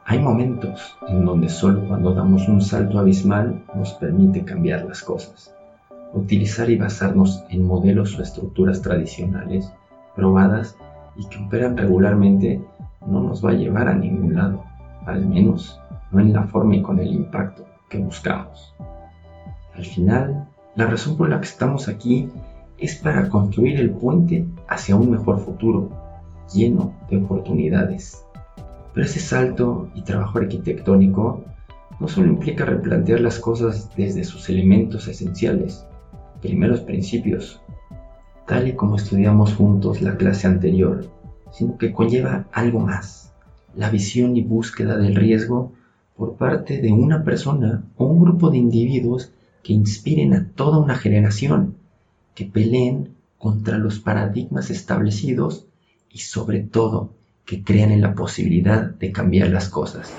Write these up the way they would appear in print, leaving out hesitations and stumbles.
Hay momentos en donde solo cuando damos un salto abismal nos permite cambiar las cosas. Utilizar y basarnos en modelos o estructuras tradicionales, probadas y que operan regularmente, no nos va a llevar a ningún lado, al menos no en la forma y con el impacto que buscamos. Al final, la razón por la que estamos aquí es para construir el puente hacia un mejor futuro, lleno de oportunidades. Pero ese salto y trabajo arquitectónico no solo implica replantear las cosas desde sus elementos esenciales, primeros principios, tal y como estudiamos juntos la clase anterior, sino que conlleva algo más, la visión y búsqueda del riesgo por parte de una persona o un grupo de individuos que inspiren a toda una generación, que peleen contra los paradigmas establecidos y sobre todo que crean en la posibilidad de cambiar las cosas.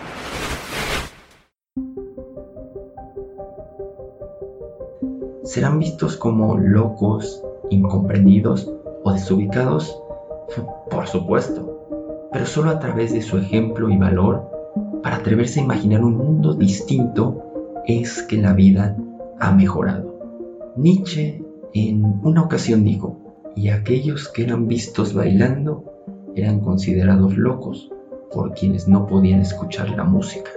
¿Serán vistos como locos, incomprendidos o desubicados? Por supuesto, pero solo a través de su ejemplo y valor, para atreverse a imaginar un mundo distinto, es que la vida ha mejorado. Nietzsche en una ocasión dijo, y aquellos que eran vistos bailando eran considerados locos por quienes no podían escuchar la música.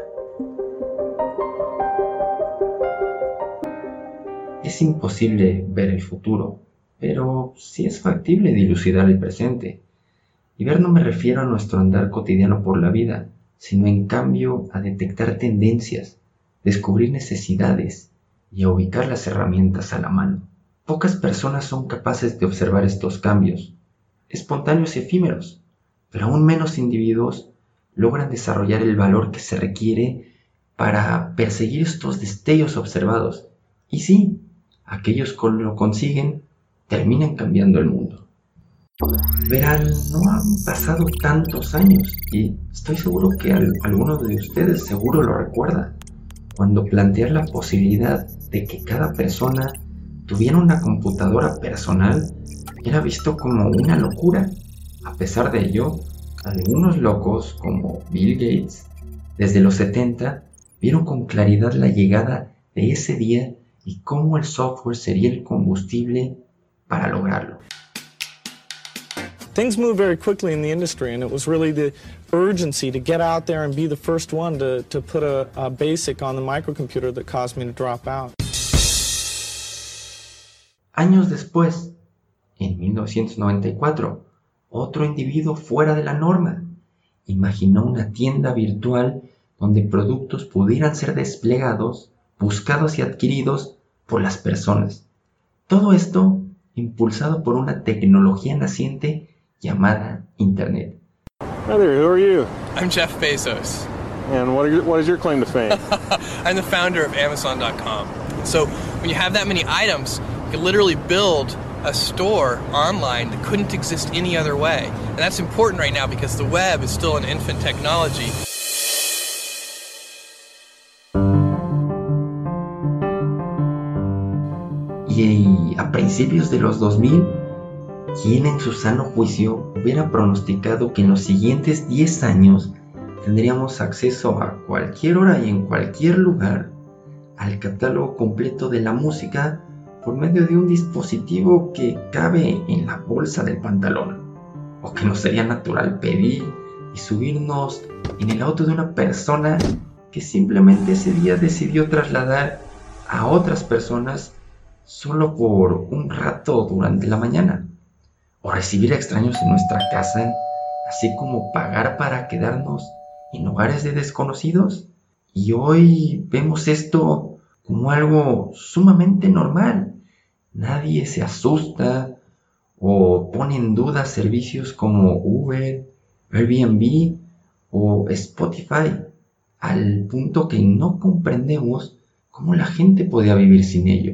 Es imposible ver el futuro, pero sí es factible dilucidar el presente. Y ver no me refiero a nuestro andar cotidiano por la vida, sino en cambio a detectar tendencias, descubrir necesidades y a ubicar las herramientas a la mano. Pocas personas son capaces de observar estos cambios, espontáneos y efímeros, pero aún menos individuos logran desarrollar el valor que se requiere para perseguir estos destellos observados. Y sí, aquellos que lo consiguen terminan cambiando el mundo. Verán, no han pasado tantos años y estoy seguro que alguno de ustedes seguro lo recuerda, cuando plantear la posibilidad de que cada persona tuviera una computadora personal era visto como una locura. A pesar de ello, algunos locos como Bill Gates, desde los 70, vieron con claridad la llegada de ese día y cómo el software sería el combustible para lograrlo. Things moved very quickly in the industry, and it was really the urgency to get out there and be the first one to put a BASIC on the microcomputer that caused me to drop out. Años después, en 1994, otro individuo fuera de la norma imaginó una tienda virtual donde productos pudieran ser desplegados, buscados y adquiridos por las personas. Todo esto impulsado por una tecnología naciente llamada Internet. Hi there, who are you? I'm Jeff Bezos. And what is your claim to fame? I'm the founder of Amazon.com. So when you have that many items, you can literally build a store online that couldn't exist any other way. And that's important right now because the web is still an infant technology. Y a principios de los 2000, ¿quién en su sano juicio hubiera pronosticado que en los siguientes 10 años tendríamos acceso a cualquier hora y en cualquier lugar al catálogo completo de la música por medio de un dispositivo que cabe en la bolsa del pantalón? ¿O que nos sería natural pedir y subirnos en el auto de una persona que simplemente ese día decidió trasladar a otras personas solo por un rato durante la mañana? ¿O recibir a extraños en nuestra casa, así como pagar para quedarnos en hogares de desconocidos? Y hoy vemos esto como algo sumamente normal. Nadie se asusta o pone en duda servicios como Uber, Airbnb o Spotify, al punto que no comprendemos cómo la gente podía vivir sin ello.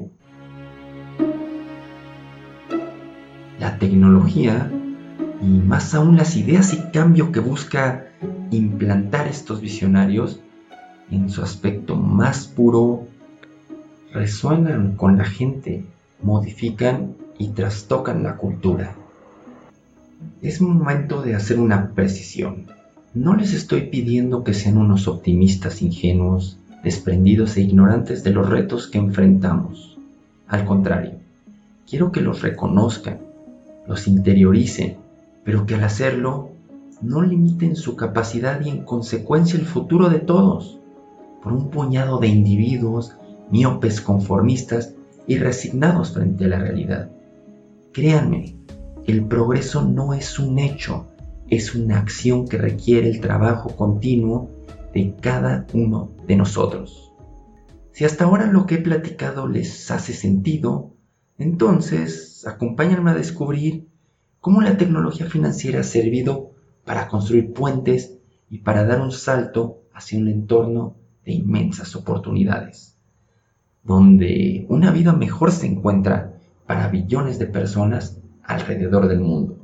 La tecnología, y más aún las ideas y cambio que busca implantar estos visionarios, en su aspecto más puro, resuenan con la gente, modifican y trastocan la cultura. Es momento de hacer una precisión. No les estoy pidiendo que sean unos optimistas ingenuos, desprendidos e ignorantes de los retos que enfrentamos. Al contrario, quiero que los reconozcan, los interioricen, pero que al hacerlo no limiten su capacidad y en consecuencia el futuro de todos, por un puñado de individuos miopes, conformistas y resignados frente a la realidad. Créanme, el progreso no es un hecho, es una acción que requiere el trabajo continuo de cada uno de nosotros. Si hasta ahora lo que he platicado les hace sentido, entonces acompáñenme a descubrir cómo la tecnología financiera ha servido para construir puentes y para dar un salto hacia un entorno de inmensas oportunidades, donde una vida mejor se encuentra para billones de personas alrededor del mundo.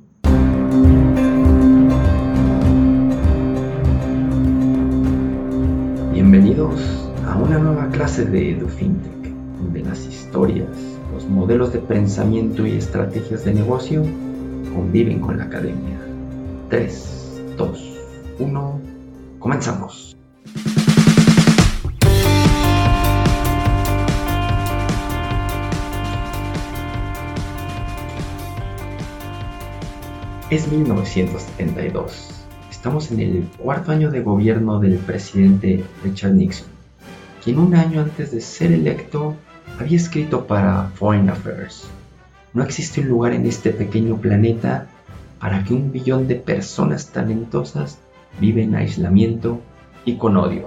Bienvenidos a una nueva clase de EduFintech, donde las historias, los modelos de pensamiento y estrategias de negocio conviven con la academia. 3, 2, 1, comenzamos. Es 1972. Estamos en el cuarto año de gobierno del presidente Richard Nixon, quien un año antes de ser electo había escrito para Foreign Affairs: no existe un lugar en este pequeño planeta para que 1 billón de personas talentosas viven en aislamiento y con odio.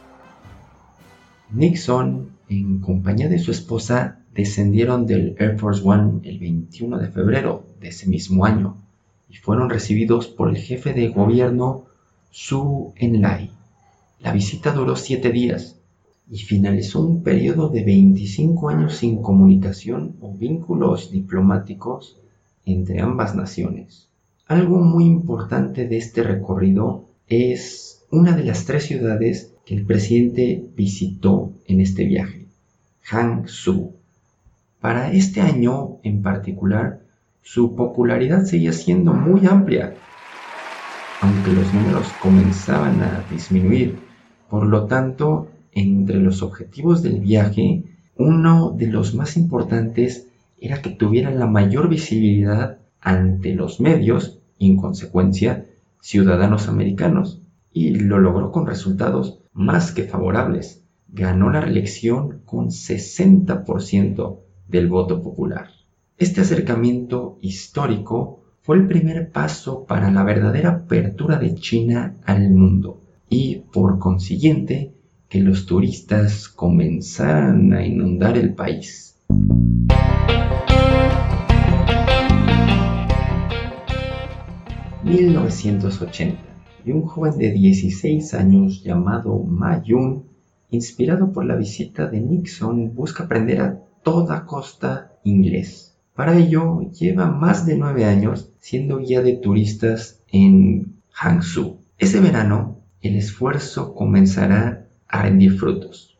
Nixon, en compañía de su esposa, descendieron del Air Force One el 21 de febrero de ese mismo año y fueron recibidos por el jefe de gobierno Zhou Enlai. La visita duró 7 días y finalizó un periodo de 25 años sin comunicación o vínculos diplomáticos entre ambas naciones. Algo muy importante de este recorrido es una de las 3 ciudades que el presidente visitó en este viaje: Hangzhou. Para este año en particular, su popularidad seguía siendo muy amplia, aunque los números comenzaban a disminuir. Por lo tanto, entre los objetivos del viaje, uno de los más importantes era que tuvieran la mayor visibilidad ante los medios y, en consecuencia, ciudadanos americanos, y lo logró con resultados más que favorables. Ganó la reelección con 60% del voto popular. Este acercamiento histórico fue el primer paso para la verdadera apertura de China al mundo y, por consiguiente, que los turistas comenzaran a inundar el país. ...1980... y un joven de 16 años llamado Ma Yun, inspirado por la visita de Nixon, busca aprender a toda costa inglés. Para ello, lleva más de 9 años siendo guía de turistas en Hangzhou. Ese verano, el esfuerzo comenzará a rendir frutos.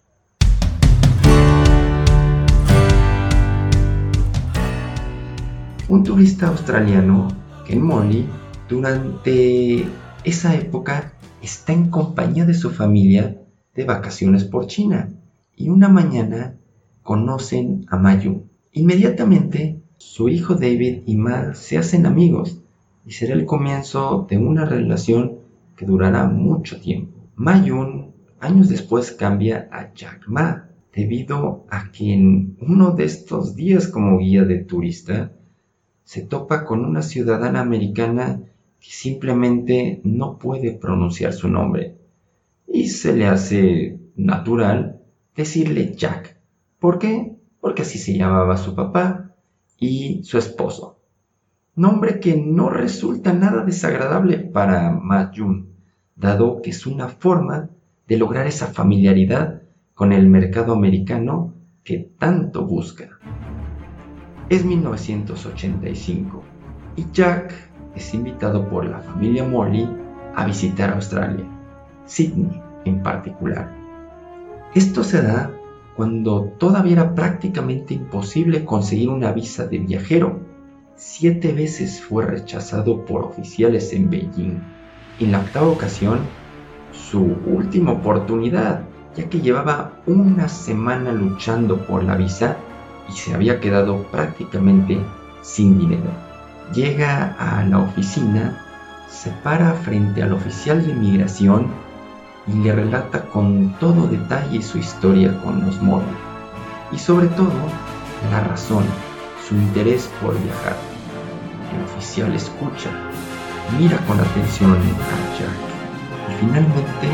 Un turista australiano, Ken Morley, durante esa época está en compañía de su familia de vacaciones por China, y una mañana conocen a Ma Yun. Inmediatamente, su hijo David y Ma se hacen amigos y será el comienzo de una relación que durará mucho tiempo. Ma Yun años después cambia a Jack Ma, debido a que en uno de estos días como guía de turista se topa con una ciudadana americana que simplemente no puede pronunciar su nombre y se le hace natural decirle Jack. ¿Por qué? Porque así se llamaba su papá y su esposo. Nombre que no resulta nada desagradable para Ma Yun, dado que es una forma de lograr esa familiaridad con el mercado americano que tanto busca. Es 1985 y Jack es invitado por la familia Morley a visitar Australia, Sydney en particular. Esto se da cuando todavía era prácticamente imposible conseguir una visa de viajero. 7 veces fue rechazado por oficiales en Beijing en la octava ocasión, su última oportunidad, ya que llevaba una semana luchando por la visa y se había quedado prácticamente sin dinero. Llega a la oficina, se para frente al oficial de inmigración y le relata con todo detalle su historia con los Mormon y sobre todo la razón, su interés por viajar. El oficial escucha, mira con atención a Jack y finalmente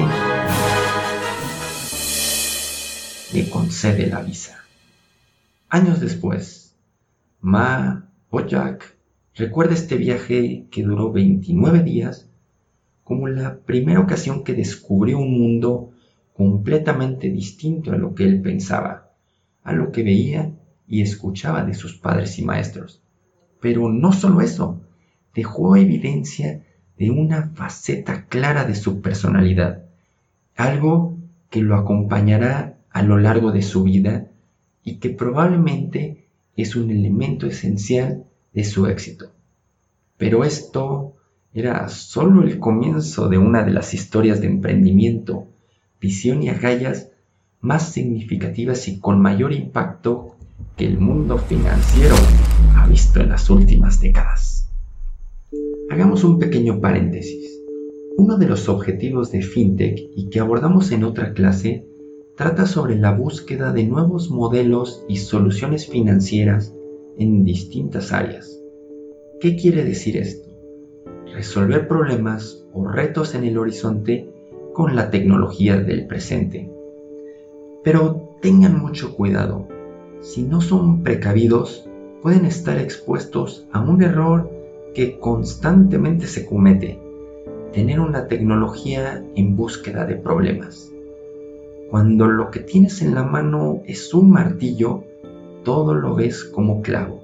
le concede la visa. Años después, Ma o Jack recuerda este viaje que duró 29 días como la primera ocasión que descubrió un mundo completamente distinto a lo que él pensaba, a lo que veía y escuchaba de sus padres y maestros. Pero no solo eso, dejó evidencia de una faceta clara de su personalidad, algo que lo acompañará a lo largo de su vida y que probablemente es un elemento esencial de su éxito. Pero esto era solo el comienzo de una de las historias de emprendimiento, visión y agallas más significativas y con mayor impacto que el mundo financiero ha visto en las últimas décadas. Hagamos un pequeño paréntesis. Uno de los objetivos de FinTech y que abordamos en otra clase trata sobre la búsqueda de nuevos modelos y soluciones financieras en distintas áreas. ¿Qué quiere decir esto? Resolver problemas o retos en el horizonte con la tecnología del presente. Pero tengan mucho cuidado. Si no son precavidos, pueden estar expuestos a un error que constantemente se comete: tener una tecnología en búsqueda de problemas. Cuando lo que tienes en la mano es un martillo, todo lo ves como clavo.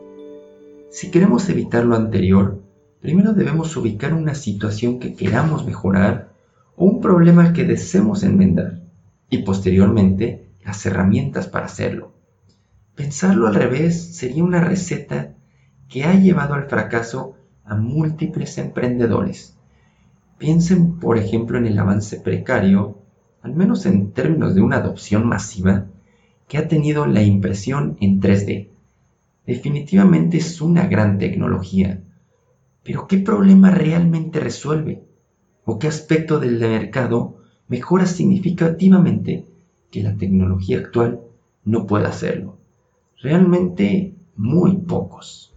Si queremos evitar lo anterior, primero debemos ubicar una situación que queramos mejorar o un problema que deseemos enmendar, y posteriormente las herramientas para hacerlo. Pensarlo al revés sería una receta que ha llevado al fracaso a múltiples emprendedores. Piensen, por ejemplo, en el avance precario, al menos en términos de una adopción masiva, que ha tenido la impresión en 3D. Definitivamente es una gran tecnología, pero ¿qué problema realmente resuelve? ¿O qué aspecto del mercado mejora significativamente que la tecnología actual no pueda hacerlo? Realmente muy pocos.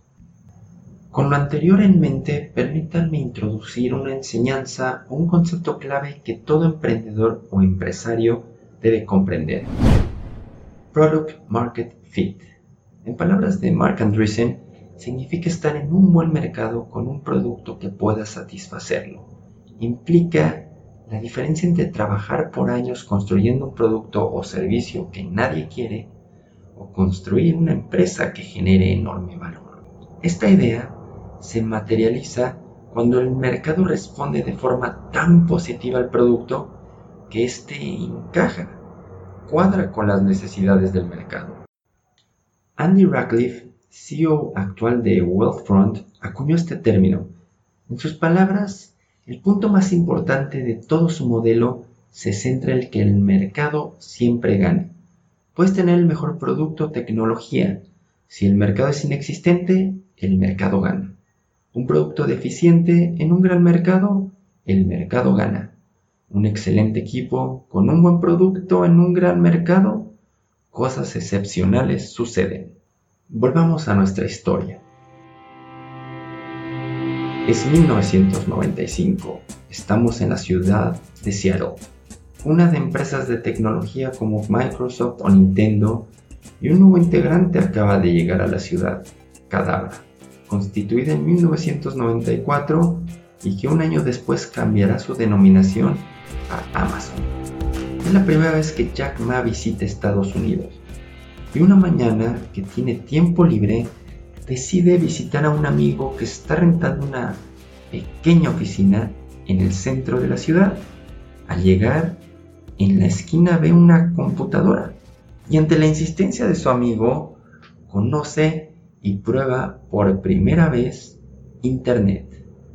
Con lo anterior en mente, permítanme introducir una enseñanza o un concepto clave que todo emprendedor o empresario debe comprender. Product Market Fit. En palabras de Marc Andreessen, significa estar en un buen mercado con un producto que pueda satisfacerlo. Implica la diferencia entre trabajar por años construyendo un producto o servicio que nadie quiere o construir una empresa que genere enorme valor. Esta idea se materializa cuando el mercado responde de forma tan positiva al producto que éste encaja, cuadra con las necesidades del mercado. Andy Rachleff, CEO actual de Wealthfront, acuñó este término. En sus palabras, el punto más importante de todo su modelo se centra en que el mercado siempre gana. Puedes tener el mejor producto o tecnología. Si el mercado es inexistente, el mercado gana. Un producto deficiente en un gran mercado, el mercado gana. Un excelente equipo con un buen producto en un gran mercado, cosas excepcionales suceden. Volvamos a nuestra historia. Es 1995. Estamos en la ciudad de Seattle. Una de empresas de tecnología como Microsoft o Nintendo y un nuevo integrante acaba de llegar a la ciudad, Cadabra, constituida en 1994 y que un año después cambiará su denominación a Amazon. Es la primera vez que Jack Ma visita Estados Unidos y una mañana que tiene tiempo libre decide visitar a un amigo que está rentando una pequeña oficina en el centro de la ciudad. Al llegar, en la esquina ve una computadora y ante la insistencia de su amigo, conoce y prueba por primera vez Internet.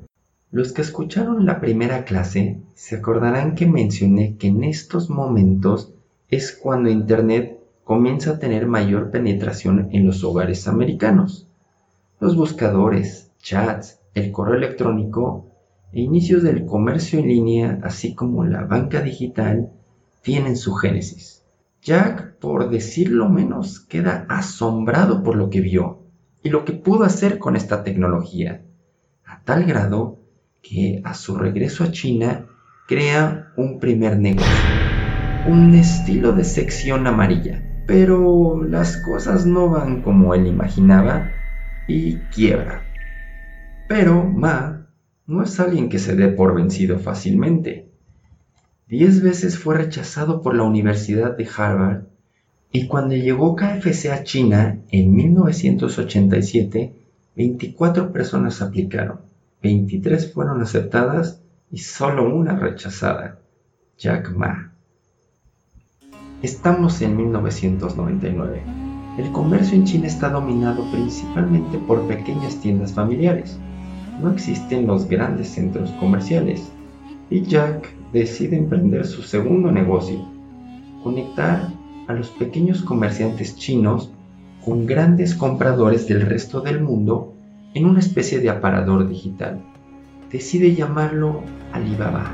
Los que escucharon la primera clase se acordarán que mencioné que en estos momentos es cuando Internet comienza a tener mayor penetración en los hogares americanos. Los buscadores, chats, el correo electrónico e inicios del comercio en línea, así como la banca digital, tienen su génesis. Jack, por decirlo menos, queda asombrado por lo que vio y lo que pudo hacer con esta tecnología, a tal grado que a su regreso a China crea un primer negocio, un estilo de sección amarilla. Pero las cosas no van como él imaginaba y quiebra. Pero Ma no es alguien que se dé por vencido fácilmente. 10 veces fue rechazado por la Universidad de Harvard y cuando llegó KFC a China en 1987, 24 personas aplicaron. 23 fueron aceptadas y solo una rechazada, Jack Ma. Estamos en 1999. El comercio en China está dominado principalmente por pequeñas tiendas familiares. No existen los grandes centros comerciales y Jack decide emprender su segundo negocio, conectar a los pequeños comerciantes chinos con grandes compradores del resto del mundo en una especie de aparador digital. Decide llamarlo Alibaba.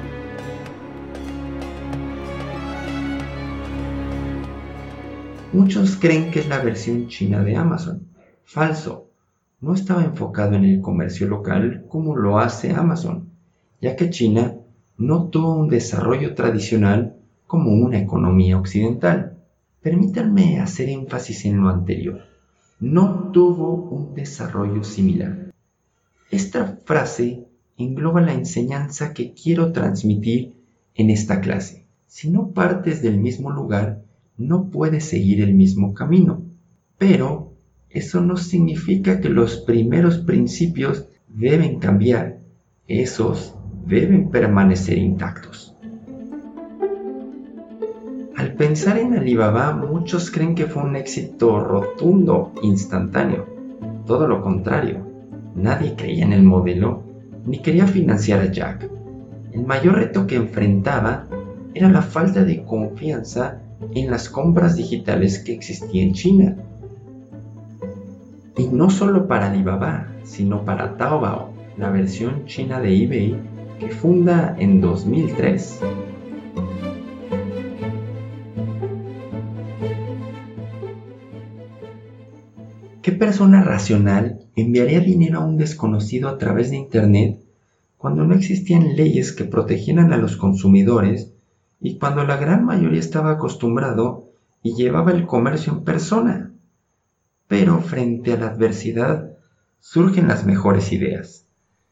Muchos creen que es la versión china de Amazon. Falso. No estaba enfocado en el comercio local como lo hace Amazon, ya que China no tuvo un desarrollo tradicional como una economía occidental. Permítanme hacer énfasis en lo anterior. No tuvo un desarrollo similar. Esta frase engloba la enseñanza que quiero transmitir en esta clase. Si no partes del mismo lugar, no puedes seguir el mismo camino. Pero eso no significa que los primeros principios deben cambiar. Esos deben permanecer intactos. Al pensar en Alibaba, muchos creen que fue un éxito rotundo, instantáneo. Todo lo contrario, nadie creía en el modelo ni quería financiar a Jack. El mayor reto que enfrentaba era la falta de confianza en las compras digitales que existía en China. Y no solo para Alibaba, sino para Taobao, la versión china de eBay que funda en 2003. ¿Qué persona racional enviaría dinero a un desconocido a través de Internet cuando no existían leyes que protegieran a los consumidores y cuando la gran mayoría estaba acostumbrado y llevaba el comercio en persona? Pero frente a la adversidad surgen las mejores ideas.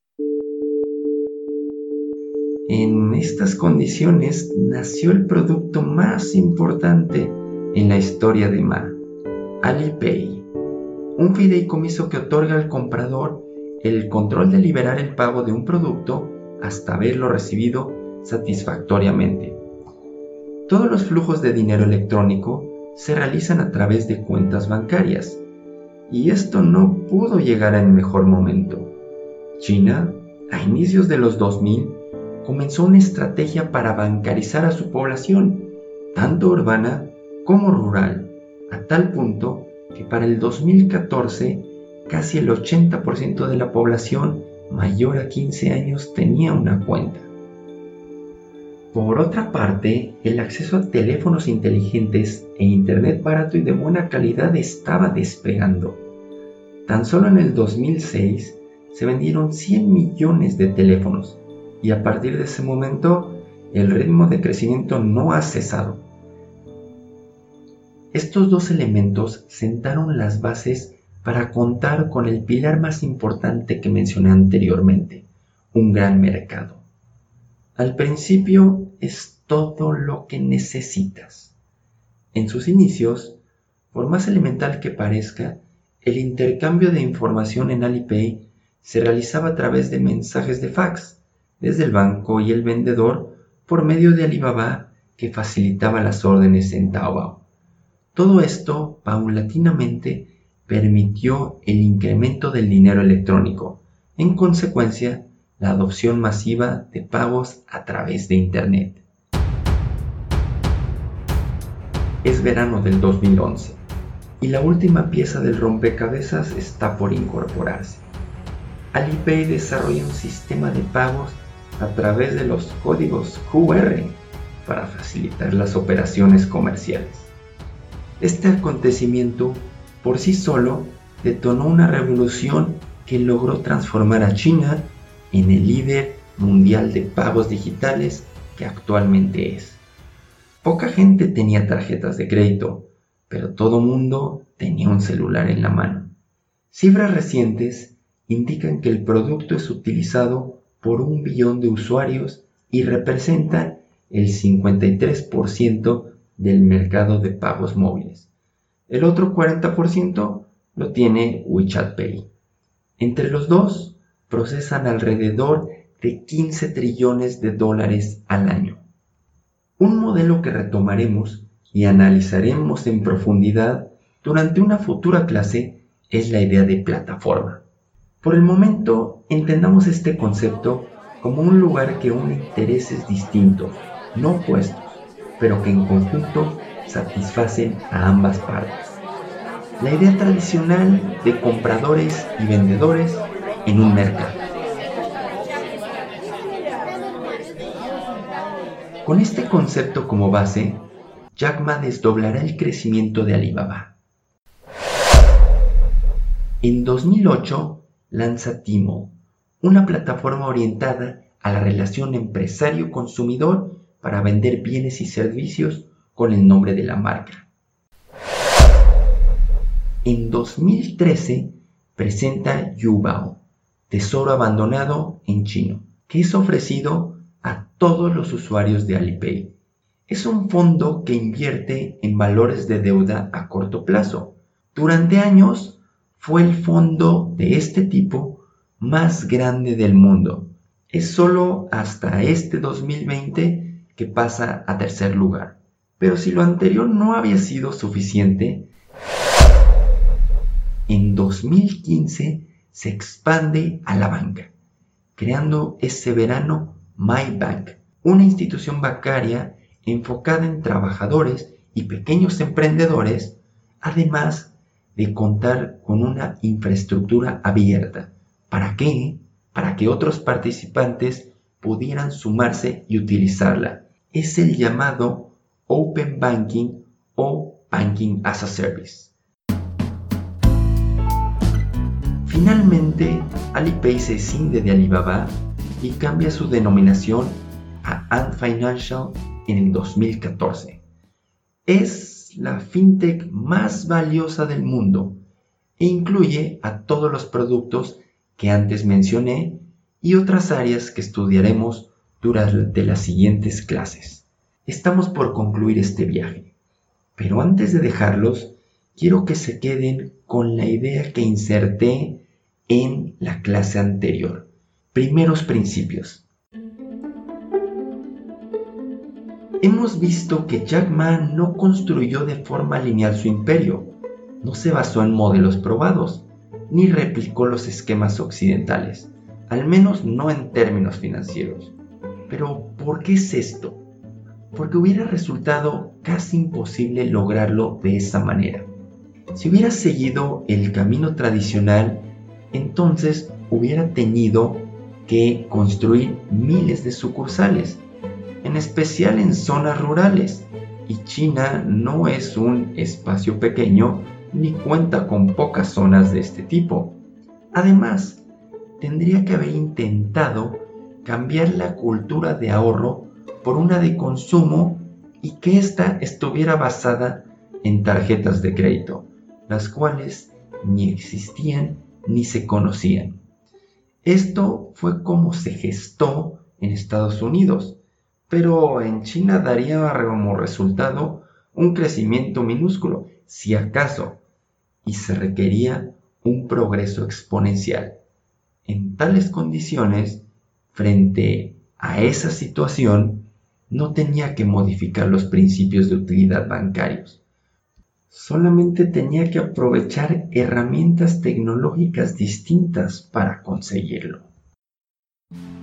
En estas condiciones nació el producto más importante en la historia de Ma, Alipay. Un fideicomiso que otorga al comprador el control de liberar el pago de un producto hasta haberlo recibido satisfactoriamente. Todos los flujos de dinero electrónico se realizan a través de cuentas bancarias, y esto no pudo llegar en mejor momento. China, a inicios de los 2000, comenzó una estrategia para bancarizar a su población, tanto urbana como rural, a tal punto que para el 2014 casi el 80% de la población mayor a 15 años tenía una cuenta. Por otra parte, el acceso a teléfonos inteligentes e internet barato y de buena calidad estaba despegando. Tan solo en el 2006 se vendieron 100 millones de teléfonos y a partir de ese momento el ritmo de crecimiento no ha cesado. Estos dos elementos sentaron las bases para contar con el pilar más importante que mencioné anteriormente, un gran mercado. Al principio es todo lo que necesitas. En sus inicios, por más elemental que parezca, el intercambio de información en Alipay se realizaba a través de mensajes de fax, desde el banco y el vendedor por medio de Alibaba que facilitaba las órdenes en Taobao. Todo esto, paulatinamente, permitió el incremento del dinero electrónico. En consecuencia, la adopción masiva de pagos a través de Internet. Es verano del 2011 y la última pieza del rompecabezas está por incorporarse. Alipay desarrolla un sistema de pagos a través de los códigos QR para facilitar las operaciones comerciales. Este acontecimiento por sí solo detonó una revolución que logró transformar a China en el líder mundial de pagos digitales que actualmente es. Poca gente tenía tarjetas de crédito, pero todo mundo tenía un celular en la mano. Cifras recientes indican que el producto es utilizado por 1 billón de usuarios y representa el 53% del mercado de pagos móviles. El otro 40% lo tiene WeChat Pay. Entre los dos, procesan alrededor de 15 trillones de dólares al año. Un modelo que retomaremos y analizaremos en profundidad durante una futura clase es la idea de plataforma. Por el momento, entendamos este concepto como un lugar que une intereses distintos, no opuestos, pero que en conjunto satisfacen a ambas partes. La idea tradicional de compradores y vendedores en un mercado. Con este concepto como base, Jack Ma desdoblará el crecimiento de Alibaba. En 2008 lanza Tmall, una plataforma orientada a la relación empresario-consumidor para vender bienes y servicios con el nombre de la marca. En 2013 presenta Youbao, tesoro abandonado en chino, que es ofrecido a todos los usuarios de Alipay. Es un fondo que invierte en valores de deuda a corto plazo. Durante años fue el fondo de este tipo más grande del mundo. Es solo hasta este 2020 que pasa a tercer lugar. Pero si lo anterior no había sido suficiente, en 2015 se expande a la banca, creando ese verano MyBank, una institución bancaria enfocada en trabajadores y pequeños emprendedores, además de contar con una infraestructura abierta. ¿Para qué? Para que otros participantes pudieran sumarse y utilizarla. Es el llamado Open Banking o Banking as a Service. Finalmente, Alipay se escinde de Alibaba y cambia su denominación a Ant Financial en el 2014. Es la fintech más valiosa del mundo e incluye a todos los productos que antes mencioné y otras áreas que estudiaremos durante las siguientes clases. Estamos por concluir este viaje, pero antes de dejarlos, quiero que se queden con la idea que inserté en la clase anterior. Primeros principios. Hemos visto que Jack Ma no construyó de forma lineal su imperio, no se basó en modelos probados, ni replicó los esquemas occidentales, al menos no en términos financieros. Pero, ¿por qué es esto? Porque hubiera resultado casi imposible lograrlo de esa manera. Si hubiera seguido el camino tradicional, entonces hubiera tenido que construir miles de sucursales, en especial en zonas rurales, y China no es un espacio pequeño ni cuenta con pocas zonas de este tipo. Además, tendría que haber intentado cambiar la cultura de ahorro por una de consumo y que ésta estuviera basada en tarjetas de crédito, las cuales ni existían ni se conocían. Esto fue como se gestó en Estados Unidos, pero en China daría como resultado un crecimiento minúsculo, si acaso, y se requería un progreso exponencial. En tales condiciones, frente a esa situación, no tenía que modificar los principios de utilidad bancarios. Solamente tenía que aprovechar herramientas tecnológicas distintas para conseguirlo.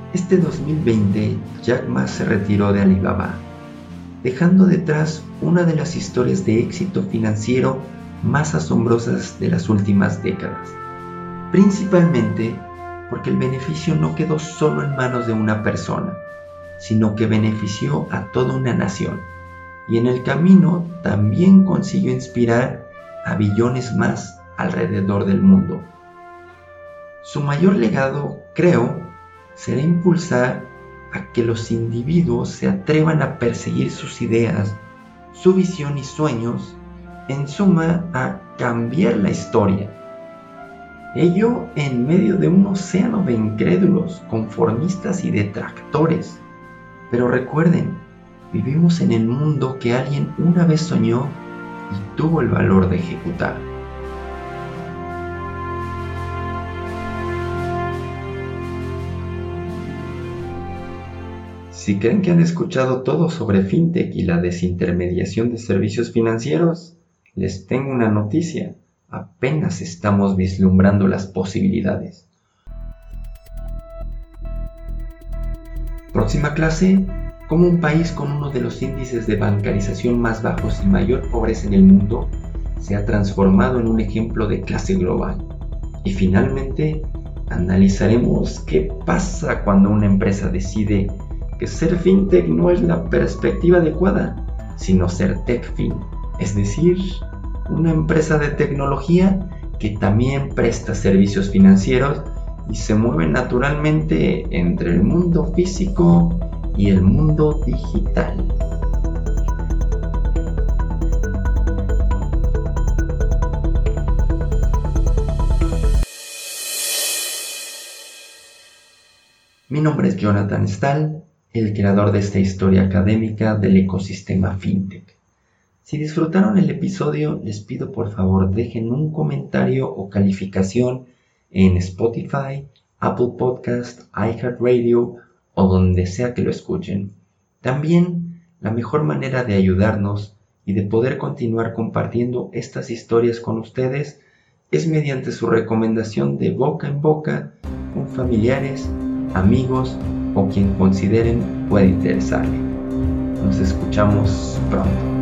Este 2020, Jack Ma se retiró de Alibaba, dejando detrás una de las historias de éxito financiero más asombrosas de las últimas décadas, principalmente porque el beneficio no quedó solo en manos de una persona, sino que benefició a toda una nación, y en el camino también consiguió inspirar a billones más alrededor del mundo. Su mayor legado, creo, será impulsar a que los individuos se atrevan a perseguir sus ideas, su visión y sueños, en suma a cambiar la historia. Ello en medio de un océano de incrédulos, conformistas y detractores. Pero recuerden, vivimos en el mundo que alguien una vez soñó y tuvo el valor de ejecutar. Si creen que han escuchado todo sobre fintech y la desintermediación de servicios financieros, les tengo una noticia. Apenas estamos vislumbrando las posibilidades. Próxima clase: cómo un país con uno de los índices de bancarización más bajos y mayor pobreza en el mundo se ha transformado en un ejemplo de clase global. Y finalmente, analizaremos qué pasa cuando una empresa decide que ser fintech no es la perspectiva adecuada, sino ser techfin, es decir, una empresa de tecnología que también presta servicios financieros y se mueve naturalmente entre el mundo físico y el mundo digital. Mi nombre es Jonathan Stahl, el creador de esta historia académica del ecosistema fintech. Si disfrutaron el episodio, les pido por favor dejen un comentario o calificación en Spotify, Apple Podcast, iHeartRadio o donde sea que lo escuchen. También la mejor manera de ayudarnos y de poder continuar compartiendo estas historias con ustedes es mediante su recomendación de boca en boca con familiares, amigos o quien consideren puede interesarle. Nos escuchamos pronto.